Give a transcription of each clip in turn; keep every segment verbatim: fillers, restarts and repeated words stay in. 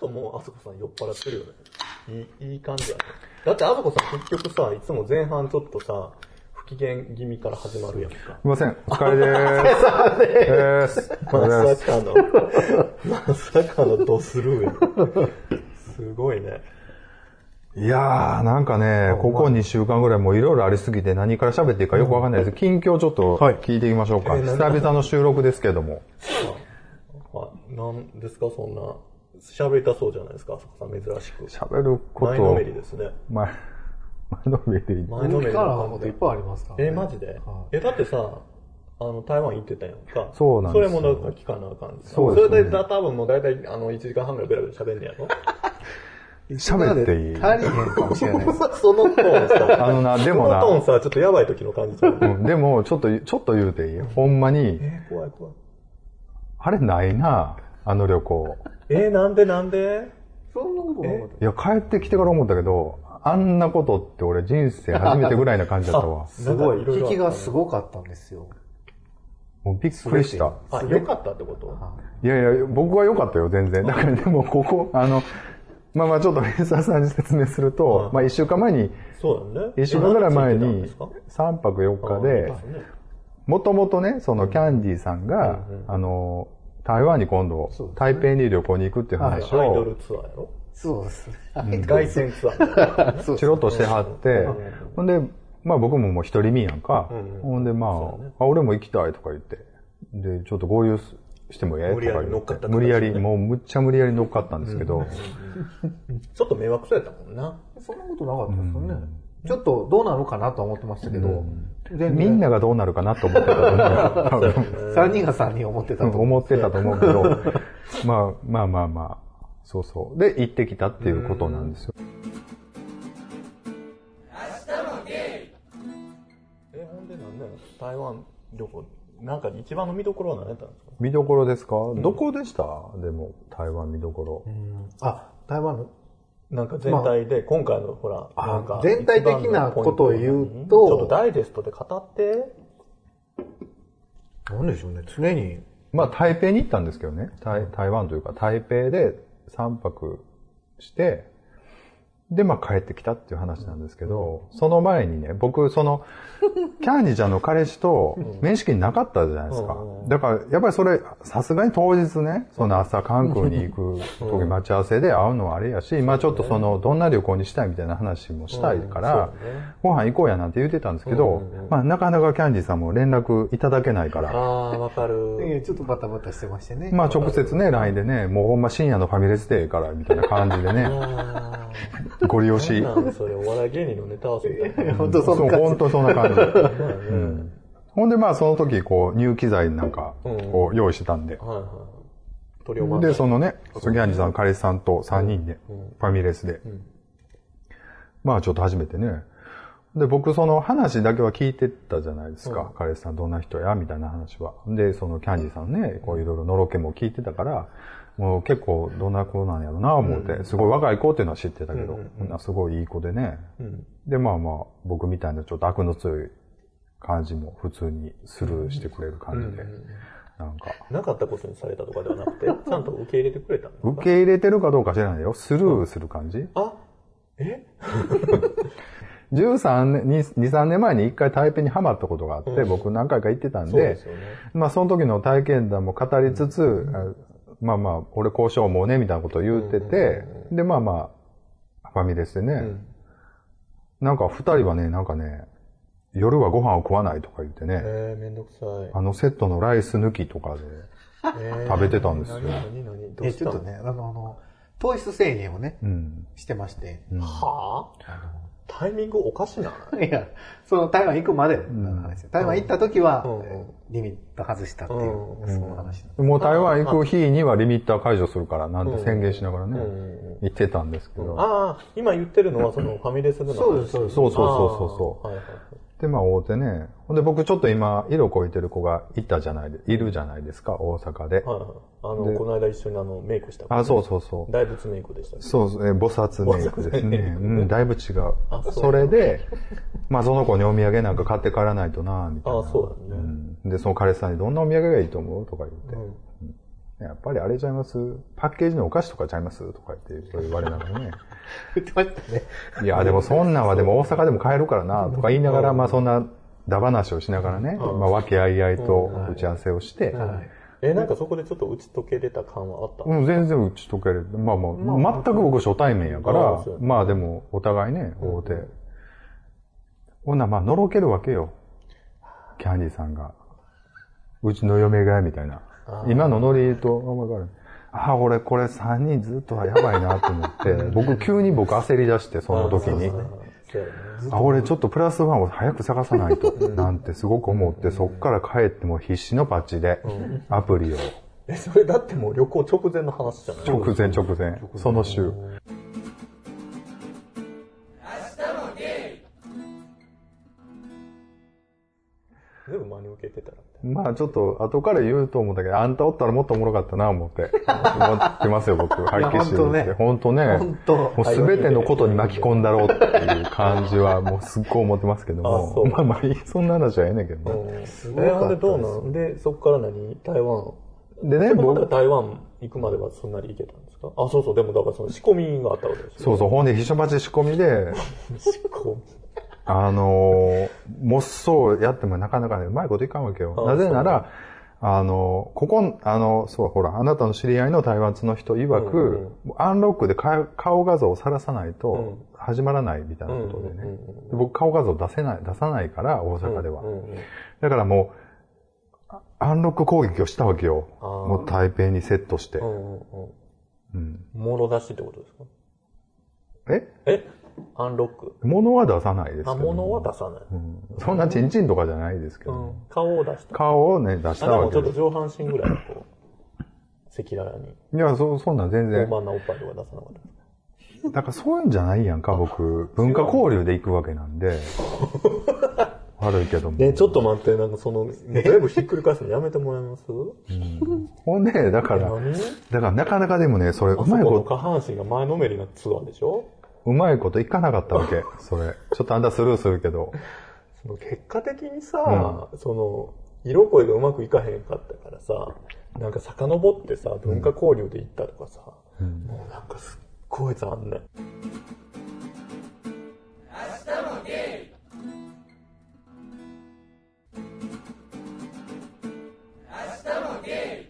ともうあそこさん酔っ払ってるよね。いい、いい感じやね。だってあそこさん結局さ、いつも前半ちょっとさ、不機嫌気味から始まるやんか。 すいません、お疲れでーす。です。 まさかの、まさかのドスルーや。すごいね。 いやー、なんかね、ここにしゅうかんぐらいもういろいろありすぎて何から喋っていいかよくわかんないです。近況ちょっと聞いていきましょうか。久々の収録ですけども。 あ、なんですか、そんな。喋りたそうじゃないですか、あそこさん珍しく。 喋ること。 前のめりですね。 前、前のめり。 前のめり。 からのこといっぱいありますから、 ね。え、マジで、はい、え、だってさ、あの、台湾行ってたやんか。 そうなんですよ。 それもなんか聞かなあかんです。 そうですね。 それで多分もう大体あのいちじかんはんぐらいベラベラ喋んねやろ。 喋っていい？ 足りへんかもしれないです。 そのトーンさ。 あのな、でもな。 そのトーンさ、ちょっとやばい時の感じ。 うん、でも、ちょっと、ちょっと言うていい？ほんまに。 えー、怖い怖い。 あれないな、あの旅行。 えー、なんでなんで？ そんなことなかった。 いや、帰ってきてから思ったけど、あんなことって俺人生初めてぐらいな感じだったわ。 すごい、引きがすごかったんですよ。 もうびっくりした。 あ、良かったってこと？ いやいや、僕は良かったよ、全然。だからでも、ここ、あの、まあまあちょっとフェイサーさんに説明すると、まあ一週間前に、 そうだね。 一週間ぐらい前に、三泊四日で、もともとね、そのキャンディーさんが、あの、台湾に今度、台北に旅行に行くっていう話を、 アイドルツアーやろ？ そうですね。凱旋ツアー。 チロッとしてはって、ほんで、まあ僕ももう一人身やんか。ほんでまあ、俺も行きたいとか言って、で、ちょっと合流してもええとか言って、無理やり、もうむっちゃ無理やり乗っかったんですけど。 ちょっと迷惑そうやったもんな。 そんなことなかったですよね。ちょっとどうなるかなと思ってましたけど、 みんながどうなるかなと思ってたと思う。 さんにんがさんにん思ってたと思う。 思ってたと思うけど、まあまあまあまあ、そうそう。で、行ってきたっていうことなんですよ。 え、ほんでなんだよ、台湾旅行、なんか一番の見どころは何やったんですか？ 見どころですか、うん、どこでした？でも、台湾見どころ。 うん、あ、台湾のなんか全体で、まあ、今回のほら、なんか全体的なことを言うと、 ちょっとダイジェストで語って。 なんでしょうね、常に。 まあ、台北に行ったんですけどね。台、台湾というか、台北でさんぱくして、で、まあ帰ってきたっていう話なんですけど、その前にね、僕、その、キャンディちゃんの彼氏と面識なかったじゃないですか。だから、やっぱりそれ、さすがに当日ね、その朝関空に行く時待ち合わせで会うのはあれやし、まあちょっとその、どんな旅行にしたいみたいな話もしたいから、ご飯行こうやなんて言ってたんですけど、まあなかなかキャンディさんも連絡いただけないから。 ああ、わかる。 ちょっとバタバタしてましてね。 まあ直接ね、ライン でね、もうほんま深夜のファミレスでええから、みたいな感じでね。ご利用し。 なんそれお笑い芸人のネタ合わせみたいな。 本当そんな感じ。 本当そんな感じ。うん、ほんでまあその時こう入機材なんかこう用意してたんで。はいはい。取りでそのね、キャンディさん彼氏さんとさんにんでファミレスで、まあちょっと初めてね。で僕その話だけは聞いてたじゃないですか。うん、彼氏さんどんな人やみたいな話は。でそのキャンディさんね、こういろいろのろけも聞いてたから。もう結構どんな子なんやろな思って、すごい若い子っていうのは知ってたけど、すごいいい子でね。で、まあまあ、僕みたいなちょっと悪の強い感じも普通にスルーしてくれる感じで。なんか。 なかったことにされたとかではなくて、ちゃんと受け入れてくれたんですか？ 受け入れてるかどうか知らないよ。スルーする感じ？ あ、えじゅうさんねん、に、さんねんまえに一回台北にハマったことがあって、僕何回か行ってたんで、まあその時の体験談も語りつつ、まあまあ、俺交渉もね、みたいなことを言ってて、で、まあまあ、ファミレスでね、うん、なんか二人はね、なんかね、夜はご飯を食わないとか言ってね、 えー、めんどくさい。 あのセットのライス抜きとかで食べてたんですよ。 えー、何何何どうえ、ちょっとね、あの、あの糖質制限をね、うん、してまして。 うん、はぁ、あ、タイミングおかしない？ いや、その台湾行くまでの話ですよ。台湾行った時は、リミット外したっていう、その話。 もう台湾行く日にはリミッター解除するからなんて宣言しながらね、行ってたんですけど。 ああ、今言ってるのはそのファミレスでの話。 そうです、そうです。そうそうそうそう。で、まあ、大手ね。ほんで、僕ちょっと今、色こいてる子がいたじゃないで、いるじゃないですか、大阪で。はいはい。 あの、この間一緒にあの、メイクした子、 ね。あ、そうそうそう。 大仏メイクでしたね。 そうそう、え、菩薩メイクですね。うん、だいぶ違う。あ、そう。それで、まあ、その子にお土産なんか買って帰らないとな、みたいな。 あ、そうだね、 うん。で、その彼氏さんにどんなお土産がいいと思うとか言って。うん、 やっぱりあれちゃいますパッケージのお菓子とかちゃいますとか言って言われながらね。 言ってましたね。 いや、でもそんなんはでも大阪でも買えるからな、とか言いながら、まあそんな、だ話をしながらね、まあ和気あいあいと打ち合わせをして、 え、なんかそこでちょっと打ち解けれた感はあった？ うん、全然打ち解けれる。まあまあ、全く僕初対面やから、まあでもお互いね、会うて。ほんなまあ、のろけるわけよ。キャンディーさんが。うちの嫁が、みたいな。今のノリと、わかる。ああ、俺これさんにんずっとはやばいなと思って、僕急に僕焦り出して、その時に。あ、俺ちょっとプラスワンを早く探さないと、なんてすごく思って、そっから帰っても必死のパッチで、アプリを。 え、それだってもう旅行直前の話じゃない？ 直前直前。その週。 全部真に受けてたら。 まあちょっと後から言うと思うんだけど、あんたおったらもっとおもろかったな思って。思ってますよ、僕。はっきりして言って。本当ね。本当。もうすべてのことに巻き込んだろうっていう感じはもうすっごい思ってますけども。まあまあ、そんな話はええねんけどね。 え、ほんでどうなんで、そこから何台湾。 でね、 僕。台湾行くまではそんなに行けたんですか？あ、そうそう。でもだからその仕込みがあったわけですよ。 そうそう。ほんで、ひしょばち仕込みで。 仕込み。 あのー、もっそうやってもなかなかね、うまいこといかんわけよ。なぜなら、あの、ここ、あの、そう、ほら、あなたの知り合いの台湾通の人曰く、うんうん、アンロックで顔画像を晒さないと始まらないみたいなことでね。うんうんうん、で僕顔画像出せない、出さないから、大阪では。うんうんうん、だからもう、アンロック攻撃をしたわけよ。もう台北にセットして。うんうんうん。もろ出しってことですか？ ええアンロック。 物は出さないですけど。 あ、物は出さない。うん、 そんなチンチンとかじゃないですけど、 うん。顔を出した。 顔をね、出したわけです。 でもちょっと上半身ぐらいこう、赤裸々に。 いや、そ、そんなん全然。 大判なおっぱいとか出さなかった。 だからそういうんじゃないやんか、僕。文化交流で行くわけなんで。悪いけども。 ね、ちょっと待って、なんかその、全部ひっくり返すのやめてもらえます？うん、 ほんで、だから、だからなかなかでもね、それ、うまいこと。下半身が前のめりなツアーでしょ？ うまいこといかなかったわけ、それ。ちょっとあんたスルーするけど。 その結果的にさ、うん、その、色恋がうまくいかへんかったからさ、なんか遡ってさ、文化交流で行ったとかさ、うん、もうなんかすっごい残念。明日もゲイ。明日もゲ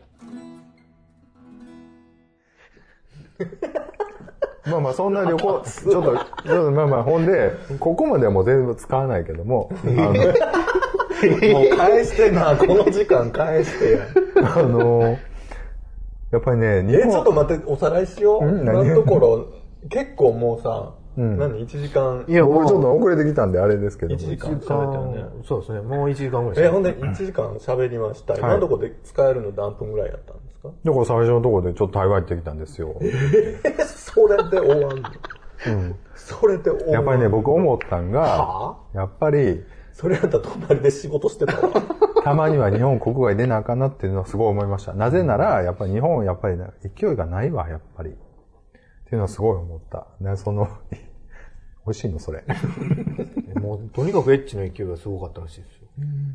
イ。まあまあそんな旅行、ちょっと、ちょっとまあまあほんで、ここまではもう全部使わないけども、あのもう返してな、この時間返してや。 あの、やっぱりね、 日本え、ちょっと待って、おさらいしよう。今のところ、結構もうさ、うん、何 ?いち 時間。 いや、僕ちょっと遅れてきたんであれですけど。 いちじかん喋ったよね。 そうですね。もういちじかんぐらい。 え、ほんでいちじかん喋りました。今のところで使えるの何分ぐらいやったんですか？ だから最初のところでちょっと台湾行ってきたんですよ。 えー、それで終わんの？うん。それで終わんの？ やっぱりね、僕思ったんが、はぁ？やっぱり、 それやったら隣で仕事してたわ。 たまには日本国外出なあかんなっていうのはすごい思いました。なぜなら、やっぱり日本やっぱり、ね、勢いがないわ、やっぱり。っていうのはすごい思った。ね、その、美味しいのそれ。 もう、とにかくエッチの勢いがすごかったらしいですよ。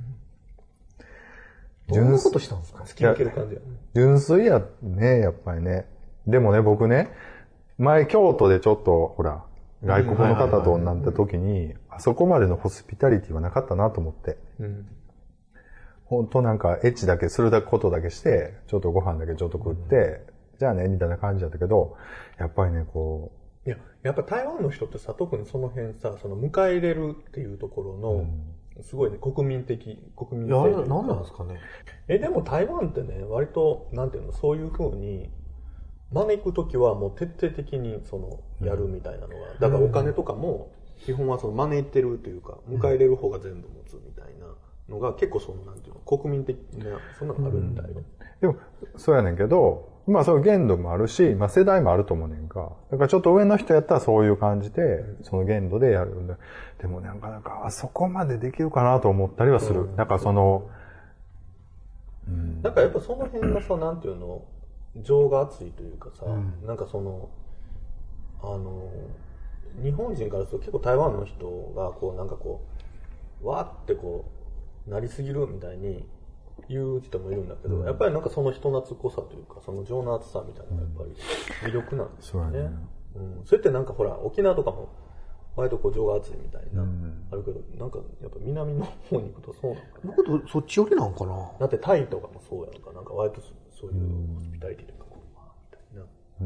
どんなことしたんですか？突き抜ける感じやね。 純粋やね、やっぱりね。でもね、僕ね、前京都でちょっと、ほら、外国の方となった時に、あそこまでのホスピタリティはなかったなと思って。うん、本当なんか、エッチだけすることだけして、ちょっとご飯だけちょっと食って、うん、じゃあね、みたいな感じだったけど、やっぱりね、こう。いや、やっぱ台湾の人ってさ、特にその辺さ、その迎え入れるっていうところの、うん、すごいね、国民的、国民性。 いや、なんなんですかね。 え、でも台湾ってね、割と、なんていうの、そういう風に、招くときはもう徹底的にそのやるみたいなのが、うん、だからお金とかも基本はその招いてるというか、迎え入れる方が全部持つみたいなのが結構そのなんていうの国民的なそんなのあるみたいよ、うん、 でもそうやねんけど、まあそういう限度もあるし、まあ世代もあると思うねんか。だからちょっと上の人やったらそういう感じで、うん、その限度でやるんだ。でもなかなかあそこまでできるかなと思ったりはする。うん、なんかその、 うん、なんかやっぱその辺のさなんていうの。情が熱いというかさ、うん、なんかそのあの日本人からすると結構台湾の人がこうなんかこうわーってこうなりすぎるみたいに言う人もいるんだけど、うん、やっぱりなんかその人懐っこさというか、その情の厚さみたいなのがやっぱり魅力なんですよね。うん、そうやね。うん。それってなんかほら、沖縄とかも、割とこう情が厚いみたいな、うん、あるけど、なんかやっぱ南の方に行くとそうなのかな。 僕とそっち寄りなんかな。 だってタイとかもそうやんか、なんか割とそういうホスピタリティとかこう、みたいな。うん。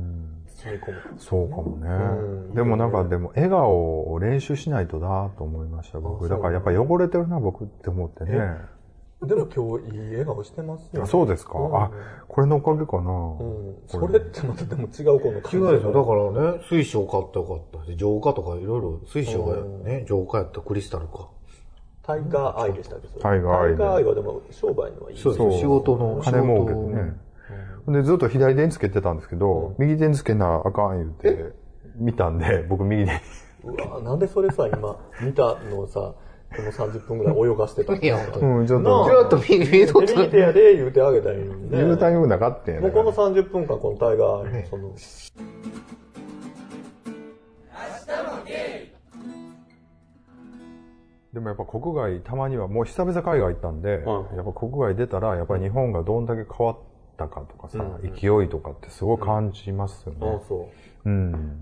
包み込む、ね。 そうかもね。うん、でもなんか、でも笑顔を練習しないとなと思いました、僕。だからやっぱり汚れてるな、僕って思ってね。 でも今日いい笑顔してますよ、ね。 あ、そうですか、うん、あ、これのおかげかな、 うん、それってまたでも違う子の感じ。 違うですよ。だからね、水晶買ったらよかったし、浄化とかいろいろ、水晶がね、浄化やったクリスタルか。 タイガーアイでしたっけ？ タイガーアイ。 タイガーアイはでも商売にはいい。 そうそう、仕事の。 金儲けでね。うん、で、ずっと左手につけてたんですけど、うん、右手につけなあかん言うて、見たんで、僕右手に。 うわなんでそれさ、今、見たのをさ、このさんじゅっぷんぐらい泳がしてた。 いや、 うん、ちょっと。 ちょっと右手と。 右手やで言うてあげたらいいのにね。 言うタイミングなかったんやね。 もうこのさんじゅっぷんかん、このタイガー、ね、その。明日もゲイでもやっぱ国外、たまには、もう久々海外行ったんで、うん、やっぱ国外出たら、やっぱり日本がどんだけ変わったかとかさ、うん、勢いとかってすごい感じますよね。 うん、あそう。うん。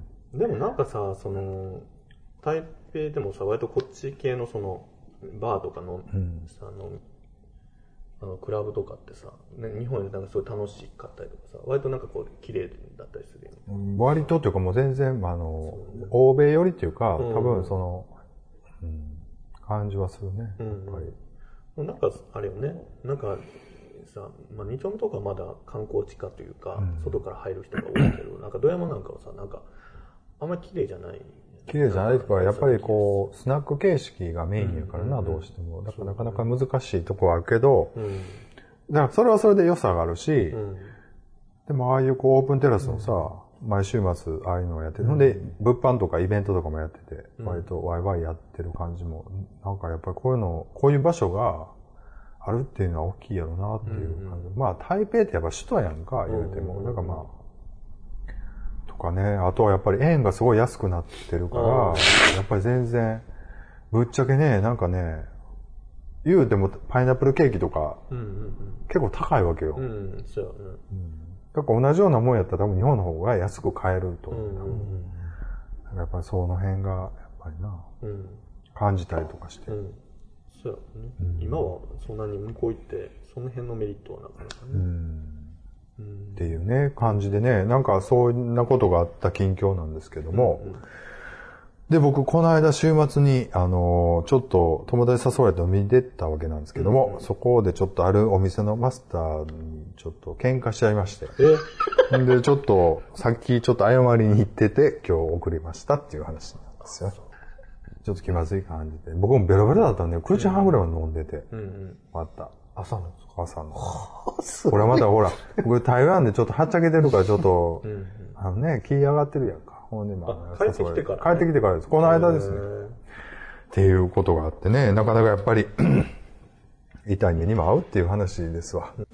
でもなんかさ、その、台北でもさ、割とこっち系のその、バーとかの、うん、あの、あの、クラブとかってさ、ね、日本でなんかすごい楽しかったりとかさ、割となんかこう、綺麗だったりするよね。 割とっていうかもう全然、あの、ね、欧米寄りっていうか、多分その、うん、感じはするね、やっぱり。 うん、なんか、あれよね、なんか、さ、まあ、に丁目とかまだ観光地化というか、うん、外から入る人が多いけど、なんか、富山なんかはさ、なんか、あんまり綺麗じゃない。 綺麗じゃないとか、やっぱりこう、スナック形式がメインやからな、うん、どうしても。だからなかなか難しいとこはあるけど、うん、だからそれはそれで良さがあるし、うん、でもああいうこう、オープンテラスのさ、うん、毎週末ああいうのをやってる。ほ、うんで、物販とかイベントとかもやってて、割とワイワイやってる感じも、なんかやっぱりこういうの、こういう場所があるっていうのは大きいやろなっていう感じ。うん、まあ、台北ってやっぱ首都やんか、言うても。だからまあ、とかね、あとはやっぱり円がすごい安くなってるから、やっぱり全然、ぶっちゃけね、なんかね、言うてもパイナップルケーキとか、うんうんうん、結構高いわけよ。うん、そうよね。うん、だから同じようなもんやったら多分日本の方が安く買えると思う。うんうんうん、やっぱりその辺が、やっぱりな、うん、感じたりとかして。うん、 そうやね、うん。今はそんなに向こう行って、その辺のメリットはなかなかね。うんっていうね、感じでね、なんかそんなことがあった近況なんですけども、うんうん、で、僕、この間週末に、あの、ちょっと友達誘われて飲みに出たわけなんですけども、うんうん、そこでちょっとあるお店のマスターにちょっと喧嘩しちゃいまして、えで、ちょっと、さっきちょっと謝りに行ってて、今日送りましたっていう話なんですよ。ちょっと気まずい感じで。僕もベロベロだったんで、くじはんぐらいは飲んでて、うんうん、また。 朝の朝の。これまたほら、僕台湾でちょっとはっちゃけてるからちょっと、うんうん、あのね、気上がってるやんか。ほんで、まあ、帰ってきてから、ね、 帰ってきてからです。この間ですね。っていうことがあってね、なかなかやっぱり、痛い目にも合うっていう話ですわ。明日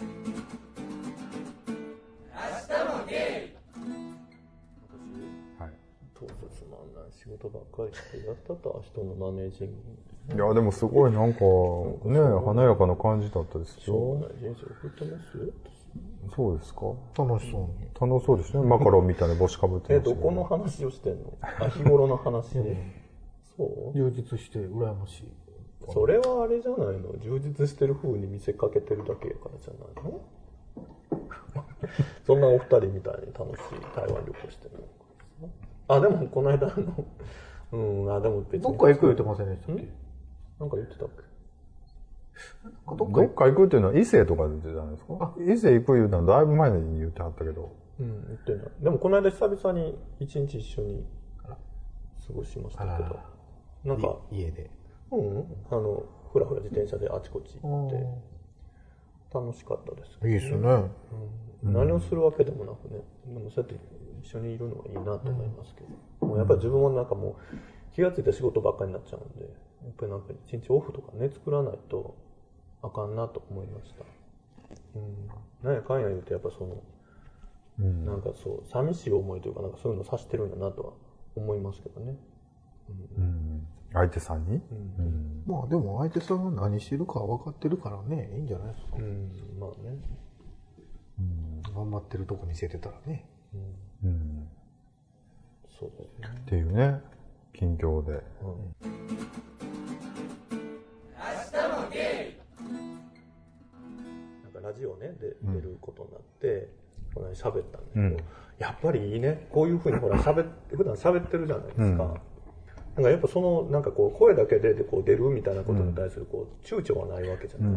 もゲイ。はい。 当日もあんな仕事ばっかりしてやったと、人のマネージング。 いや、でもすごいなんか、ね、華やかな感じだったですよ。 そうな人生送ってますよ。 そうですか？ 楽しそうに。 楽しそうですね。マカロンみたいな帽子かぶってる。え、どこの話をしてんの？あ、日頃の話で。そう？ 充実して羨ましい。 それはあれじゃないの？充実してる風に見せかけてるだけやからじゃないの？そんなお二人みたいに楽しい台湾旅行してるのか。あ、でもこの間の、うん、あ、でも別に。 どっか行く言ってませんでしたっけ？ なんか言ってたっけ？ どっか行くっていうのは伊勢とかで言ってたんですか？伊勢行く言うのはだいぶ前に言ってはったけど。 うん、言ってない。でもこの間久々に一日一緒に過ごしましたけど。なんか、 家で。 うん、あの、ふらふら自転車であちこち行って、楽しかったです、 ね。いいですね、 うん。何をするわけでもなくね。でもそうやって一緒にいるのがいいなと思いますけど。うん、もうやっぱり自分もなんかもう気がついた仕事ばっかりになっちゃうんで、やっぱりなんか一日オフとかね、作らないとあかんなと思いました。うん。なんやかんや言うとやっぱその、うん、なんかそう、寂しい思いというかなんかそういうのを指してるんだなとは思いますけどね。うん。うん相手さんに、うんうん、まあでも相手さんが何してるか分かってるからね、いいんじゃないですか。うん、まあね。うん、頑張ってるとこ見せてたらね。うん。うん、 そうだね。 っていうね、近況で。うん、 明日もゲイ。なんかラジオね、で出ることになって、この間喋ったんだけど、うん、やっぱりいいね。こういうふうにほら喋って、普段喋ってるじゃないですか。うん、なんかやっぱその、なんかこう、声だけでこう出るみたいなことに対するこう、躊躇はないわけじゃない。うん、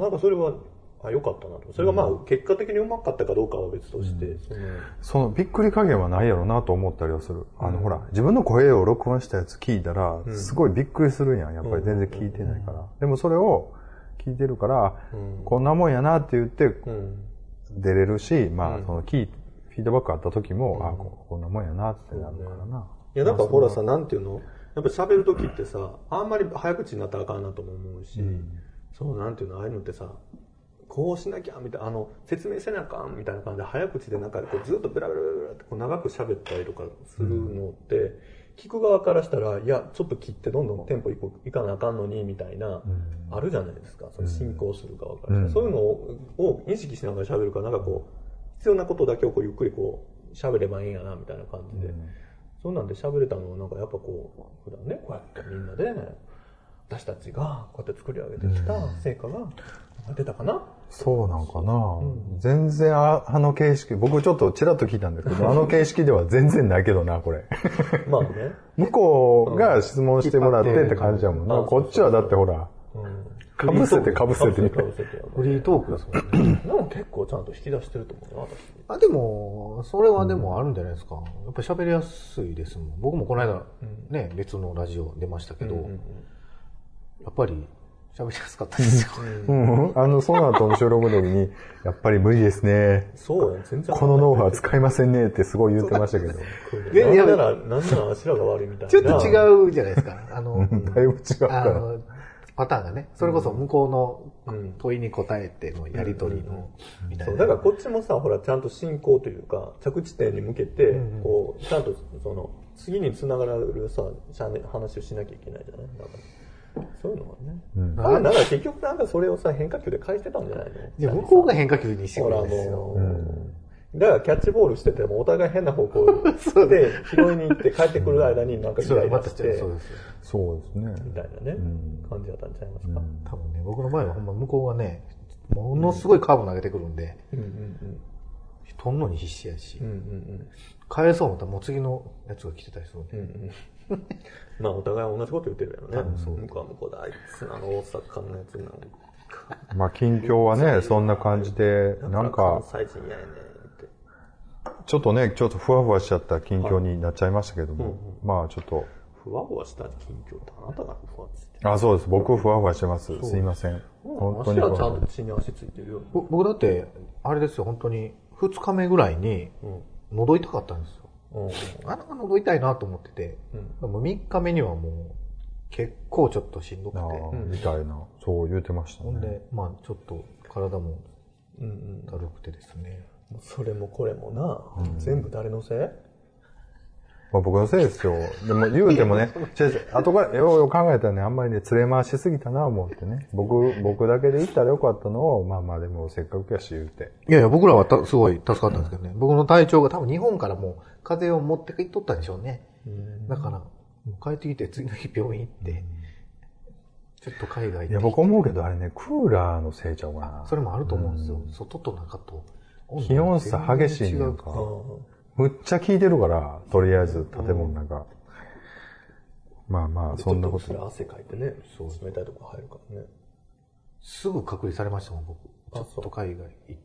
なんかそれは、あ、良かったなと。それがまあ、結果的にうまかったかどうかは別として、うん、 その、そのびっくり加減はないやろなと思ったりはする。あの、うん、ほら、自分の声を録音したやつ聞いたら、すごいびっくりするんやん。やっぱり全然聞いてないから。うん、でもそれを聞いてるから、うん、こんなもんやなって言って、出れるし、まあ、その聞いて、フィードバックあった時も、うん、あ、こんなもんやなってなるからな。 いや、なんかほらさ、なんていうのやっぱ喋る時ってさ、あんまり早口になったらあかんなとも思うし、うん、そう、なんていうのああいうのってさ、こうしなきゃみたいな、あの、説明せなあかんみたいな感じで早口でなんかこうずっとブラブラブラってこう長く喋ったりとかするのって、うん、聞く側からしたら、いや、ちょっと切ってどんどんテンポいかなあかんのにみたいな、うん、あるじゃないですか。その進行する側から、うん、そういうのを意識しながら喋るから、なんかこう、必要なことだけをこうゆっくりこう喋ればいいんやなみたいな感じで、うん、そうなんで喋れたのはなんかやっぱこう普段ねこうやってみんなで私たちがこうやって作り上げてきた成果が出たかな、うん、 そうなんかな、うん、全然 あ, あの形式僕ちょっとちらっと聞いたんだけどあの形式では全然ないけどなこれまあね向こうが質問してもらってって感じやもんな、うん、こっちはだってほら、うんかぶせてかぶせてみたいな。 フリートークですもんね。 でも結構ちゃんと引き出してると思うよ、私。 あ、でも、それはでもあるんじゃないですか。やっぱり喋りやすいですもん。僕もこの間、ね、別のラジオ出ましたけど、うんうんうん、やっぱり喋りやすかったですよ。 うん、あの、その後の収録の時に、やっぱり無理ですね。 そうや、全然。 このノウハウ使いませんねってすごい言ってましたけど。 なんなら、なんならあしらが悪いみたいな。 ちょっと違うじゃないですか。あの、 だいぶ違うから。 パターンがね、それこそ向こうの問いに答えてのやりとりのみたいな、 そうだからこっちもさほらちゃんと進行というか着地点に向けてこうちゃんとその次に繋がるさ話をしなきゃいけないじゃないだからそういうのはね、うん、だから結局なんかそれをさ変化球で返してたんじゃないの。 いや向こうが変化球にしてくるんですよ。 だからキャッチボールしててもお互い変な方向で拾いに行って帰ってくる間になんかイライラして、 そうですそうですねみたいなね、うん、感じだったんちゃいますか。うん、 多分ね僕の場合はほんま向こうがねものすごいカーブ投げてくるんで、うんうんうん、取んのに必死やし、うんうんうん、返そう思ったらもう次のやつが来てたりするんで、うんうん、 まあお互い同じこと言ってるやろね。そう向こうは向こうであいつあの大阪のやつなのまあ近況はねそんな感じでなんか関西人やねちょっとね、ちょっとふわふわしちゃった近況になっちゃいましたけども、はいうんうん、まあちょっと。 ふわふわした近況ってあなたがふわって。 あ、そうです。僕ふわふわしてます。すいません。 本当に。足はちゃんと地に足ついてるよ。 僕だって、あれですよ、本当に、二日目ぐらいに、喉痛かったんですよ。うん、あの喉痛いなと思ってて、うん、でもみっかめにはもう、結構ちょっとしんどくて。 みたいな。そう言うてましたね。 ほんで、まあちょっと体も、だるくてですね。 それもこれもな、うん、全部誰のせい？ まあ、僕のせいですよ。でも言うてもね、後からようよう考えたらね、あんまりね、連れ回しすぎたな思ってね。僕、僕だけで行ったらよかったのを、まあまあでもせっかくやし言うて。 いやいや、僕らはたすごい助かったんですけどね。うん、僕の体調が多分日本からもう風邪を持ってきとったんでしょうね。うん、だから、帰ってきて次の日病院行って、うん、ちょっと海外で。 いや、僕思うけどあれね、クーラーのせいちゃうかな。 それもあると思うんですよ。うん、外と中と。 気温差激しいなんか。むっちゃ効いてるから、とりあえず建物なんか。うん、まあまあ、そんなこと。 それ汗かいてね、そう冷たいとこ入るからね。 すぐ隔離されましたもん、僕。ちょっと海外行って、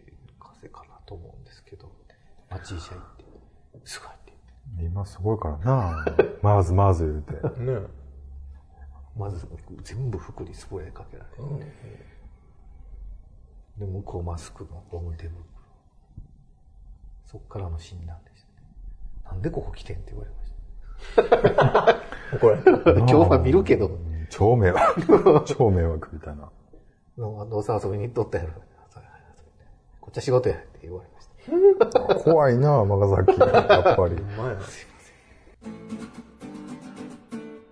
風邪かなと思うんですけど、町医者行って、すぐ入って。 今すごいからなマーズマーズ言うて。ねまず、全部服にスプレーかけられて。うんで、向こうマスクのゴム手袋。そっからの診断でしたね。なんでここ来てんって言われました。これ、今日は見るけど。 超迷惑。超迷惑みたいな。 どうせ遊びに行っとったやろ。こっちは仕事やって言われました。 怖いな、尼崎。やっぱり。 すいません。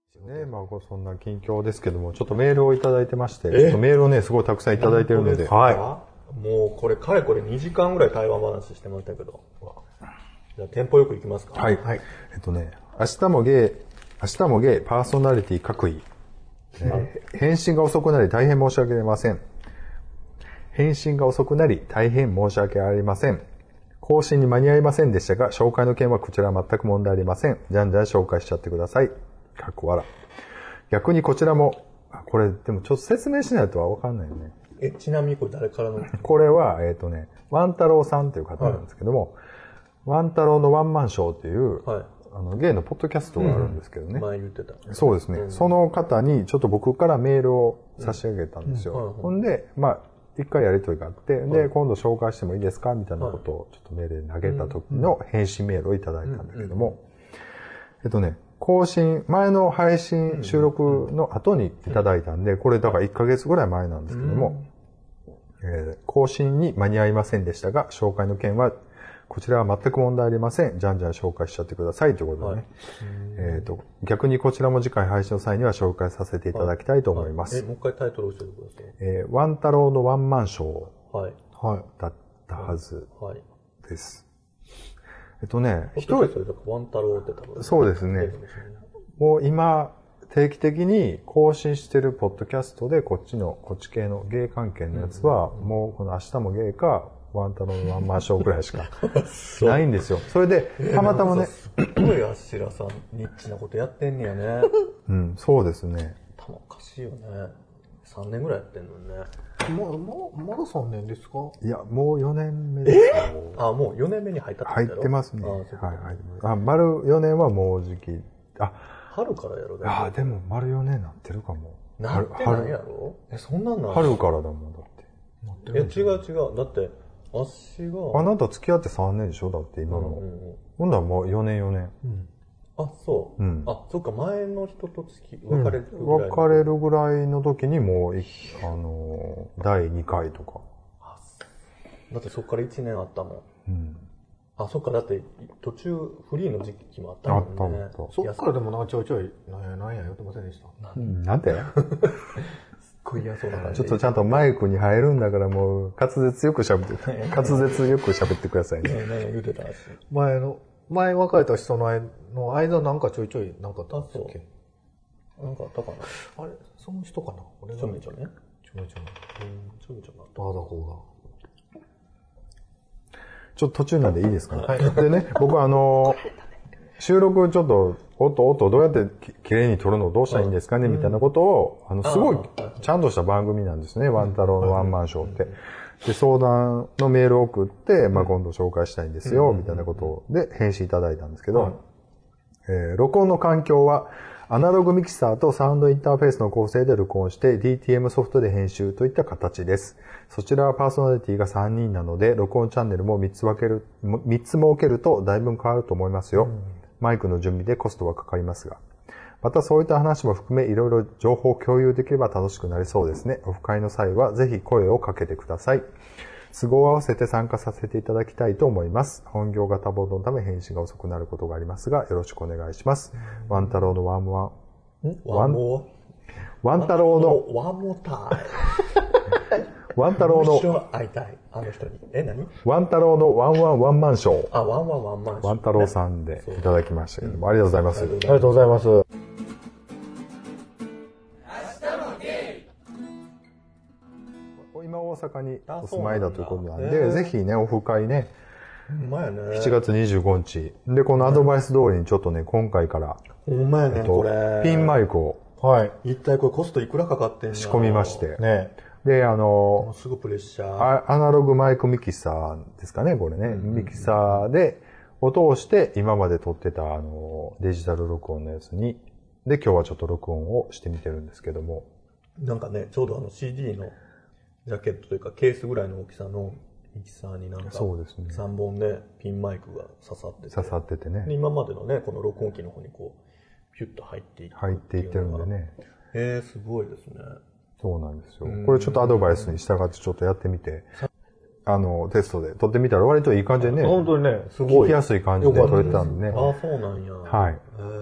ね、まあ、そんな近況ですけども、ちょっとメールをいただいてまして、ちょっとメールをね、すごいたくさんいただいてるので、 はい。もう、これ、かれこれにじかんぐらい台湾話してましたけど。じゃあ、テンポよくいきますか。 はい。はい。えっとね、明日もゲイ、明日もゲイ、パーソナリティ各位。えー、返信が遅くなり大変申し訳ありません。返信が遅くなり大変申し訳ありません。更新に間に合いませんでしたが、紹介の件はこちらは全く問題ありません。じゃんじゃん紹介しちゃってください。かっこ笑。逆にこちらも、これ、でもちょっと説明しないとはわかんないよね。 え、ちなみにこれ誰からのこれは、えっとね、ワン太郎さんという方なんですけども、はい、ワン太郎のワンマンショーっていう、はい、あの、ゲイのポッドキャストがあるんですけどね。 うん、前言ってた。 そうですね、うん。その方にちょっと僕からメールを差し上げたんですよ。うんうん、ほんで、まあ、一回やりとりがあって、で、今度紹介してもいいですかみたいなことをちょっとメールで投げた時の返信メールをいただいたんだけども、えっとね、更新、前の配信収録の後にいただいたんで、これだからいっかげつぐらい前なんですけども、えー、更新に間に合いませんでしたが、紹介の件は、こちらは全く問題ありません。じゃんじゃん紹介しちゃってくださいということでね。はい、えっと、逆にこちらも次回配信の際には紹介させていただきたいと思います。 はいはい、え、もう一回タイトルを教えてください。 えー、ワン太郎のワンマンショー。 はい。 だったはずです。 はい、 えっとね、 一人それだからワン太郎って多分。 そうですね。もう今、定期的に更新してるポッドキャストでこっちの、こっち系のゲイ関係のやつは、もうこの明日もゲイか、ワン太郎のワンマンショーくらいしかないんですよ。それで、たまたまね。 すっごいあしらさん、ニッチなことやってんねやね。 うん、そうですね。 頭おかしいよね。さんねんぐらいやってんのね。 もう、もう、まださんねんですか？ いや、もうよねんめですよ。あ、もうよねんめに入ったってことだろ？入ってますね。あ、はい、はい。あ、丸よねんはもうじき。あ、 春からやろだ。 あ、でも丸よねんなってるかも。 なってないやろ？え、そんなんなん？ 春からだもん、だって。 え、違う違う。だって、あっしが。 あなた付き合ってさんねんでしょ？だって今の。うんうんうん、ほんならもうよねんよねん。うん、 あ、そう。うん、あ、そっか、前の人と付き、別れるぐらい、 うん。別れるぐらいの時にもう、あのー、だいにかいとか。 だってそっからいちねんあったもん。うん。あ、そっか、だって途中フリーの時期もあったもんね。 あったあった。 そっからでもなんかちょいちょい、なんやなんや言ってませんでした。 うん、なんてすっごい嫌そうな感じ。 ちょっとちゃんとマイクに入るんだからもう、滑舌よく喋って、滑舌よく喋ってくださいね。 ねえ、言うてたし。 前の、前別れた人の間の間なんかちょいちょいなんかあったんですっけ？ なんかあったかな？ あれその人かな？俺がちょめちょね。 ちょめちょめ。 うん、ちょめちょな。 バーダコが。 ちょっと途中なんでいいですか？はい。でね、僕あの、収録ちょっと、おっとおっとどうやって綺麗に撮るのどうしたらいいんですかね、みたいなことを、あの、すごいちゃんとした番組なんですね。ワン太郎のワンマンショーって。で、相談のメールを送って、まあ、今度紹介したいんですよ、みたいなことで返信いただいたんですけど、えー、録音の環境は、アナログミキサーとサウンドインターフェースの構成で録音して ディーティーエム ソフトで編集といった形です。そちらはパーソナリティがさんにんなので、録音チャンネルもみっつ分ける、みっつ設けるとだいぶ変わると思いますよ。うん、マイクの準備でコストはかかりますが。またそういった話も含めいろいろ情報を共有できれば楽しくなりそうですね。オフ会の際はぜひ声をかけてください。都合を合わせて参加させていただきたいと思います。本業が多忙のため返信が遅くなることがありますが、よろしくお願いします。ワン太郎のワンワン、 ワンモワン太郎の、 ワンモタイ。 ワン太郎の、 一生会いたい。あの人に。え、何？ ワン太郎のワンワンワンマンショー。 あ、ワンワンワンマンショー。 ワン太郎さんでいただきましたけども、ありがとうございます。ありがとうございます。 今大阪にお住まいだということなんで、ぜひね、オフ会ね、 ね、 しちがつにじゅうごにち。で、このアドバイス通りにちょっとね、今回から、 ほんまやね、これ。 ピンマイクを、 はい。 一体これコストいくらかかってんの？ 仕込みまして。 ね。 で、あの、 すぐプレッシャー。 アナログマイクミキサーですかね、これね。うん、ミキサーで、音をして今まで撮ってた、あの、デジタル録音のやつに、で、今日はちょっと録音をしてみてるんですけども。 なんかね、ちょうどあの シーディー のジャケットというかケースぐらいの大きさのミキサーになんかそうですね。 さんぼんでピンマイクが刺さってて。 刺さっててね。 今までのね、この録音機の方にこう、ピュッと入っていって。 入っていってるんでね。 えー、すごいですね。 そうなんですよ。これちょっとアドバイスに従ってちょっとやってみて、あの、テストで撮ってみたら割といい感じでね。 本当にね、 すごい。聞きやすい感じで撮れたんでね。 ああ、そうなんや。 はい。 へー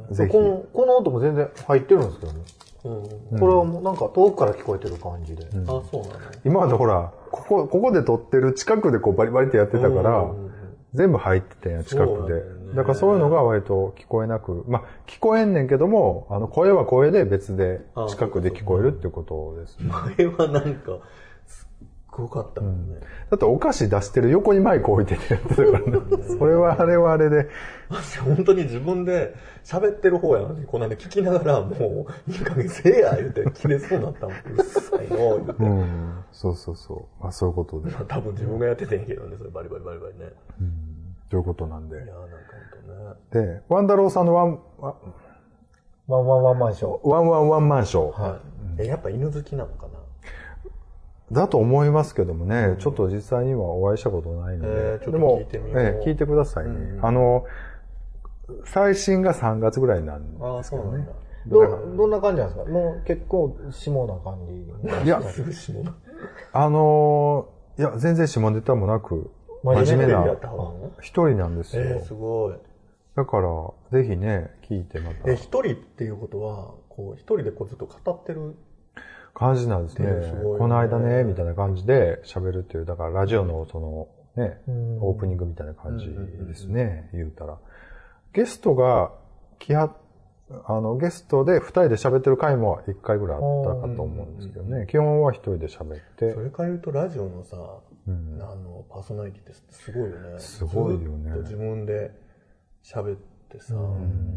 ぜひ。 この、この音も全然入ってるんですけどね。うん、これはもうなんか遠くから聞こえてる感じで。うん、 あ、そうなの、ね、 今までほら、ここ、ここで撮ってる近くでこうバリバリってやってたから、うん、全部入っててんや、近くで。だ, ね、だからそういうのが割と聞こえなく、まあ、聞こえんねんけども、あの、声は声で別で近くで聞こえるっていうことですね。 前はなんか、すっごかったもんね、うん。 だってお菓子出してる横にマイク置いててやってたからね。それはあれはあれで。 本当に自分で喋ってる方やのに、こんなに聞きながら、もう、いい加減せえや、言うて、切れそうになったもん。うっさいの、言うて。 うん。そうそうそう。まあそういうことで。 多分自分がやっててんけどね、それバリバリバリバリね。 うん。ということなんで。いや、 なんか本当ね。 で、ワンダローさんのワン、 ワンワンワンマンショー。 ワンワンワンマンショー。 はい。え、やっぱ犬好きなのかな？ だと思いますけどもね、うん、ちょっと実際にはお会いしたことないので。 えー、ちょっと聞いてみよう。 でも、えー、聞いてくださいね。うん、あの、最新がさんがつぐらいなんですけどね。あ、そうなんだ。 ど、どんな感じなんですか？もう結構下な感じ。 いや、あのー、いや、全然下ネタもなく、真面目な一人なんですよ。 えー、すごい。 だから、ぜひね、聞いてまた。 え、一人っていうことは、こう、一人でこうずっと語ってる感じなんですね。すごいね、この間ね、みたいな感じで喋るっていう、だからラジオのその、ね、オープニングみたいな感じですね、言うたら。ゲストが来は、あの、ゲストで二人で喋ってる回も一回ぐらいあったかと思うんですけどね。基本は一人で喋って。 それから言うとラジオのさ、うん、あの、パーソナリティってすごいよね。 すごいよね。 ずっと自分で喋ってさ、うん、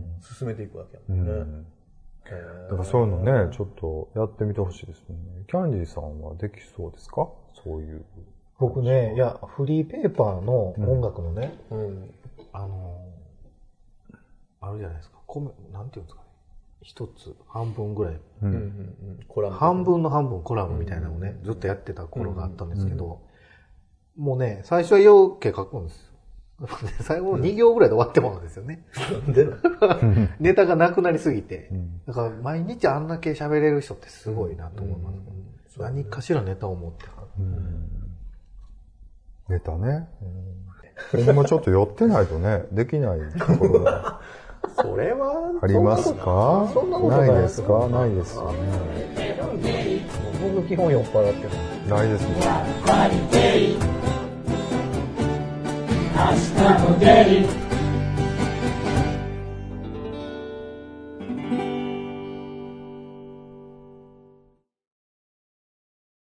進めていくわけやもんね。うん、 だからそういうのね、ちょっとやってみてほしいですね。キャンディーさんはできそうですか？そういう。 僕ね、いや、フリーペーパーの音楽のね、うんうん、あの、あるじゃないですか。コメ、なんていうんですかね。一つ、半分ぐらい。うんうんうん、コラム半分の半分コラムみたいなのをね、ずっとやってた頃があったんですけど、うんうん、もうね、最初はようけ書くんですよ。最後のに行ぐらいで終わってもらうんですよね。なんでネタがなくなりすぎて。だから毎日あんだけ喋れる人ってすごいなと思います。うん、何かしらネタを持ってはる。うん、 ネタね。うん、でもちょっと寄ってないとね、できないところが。 それはありますか？ そんなことないですか？ないですよね。 僕基本酔っ払ってる。 ないですね。 明日も出る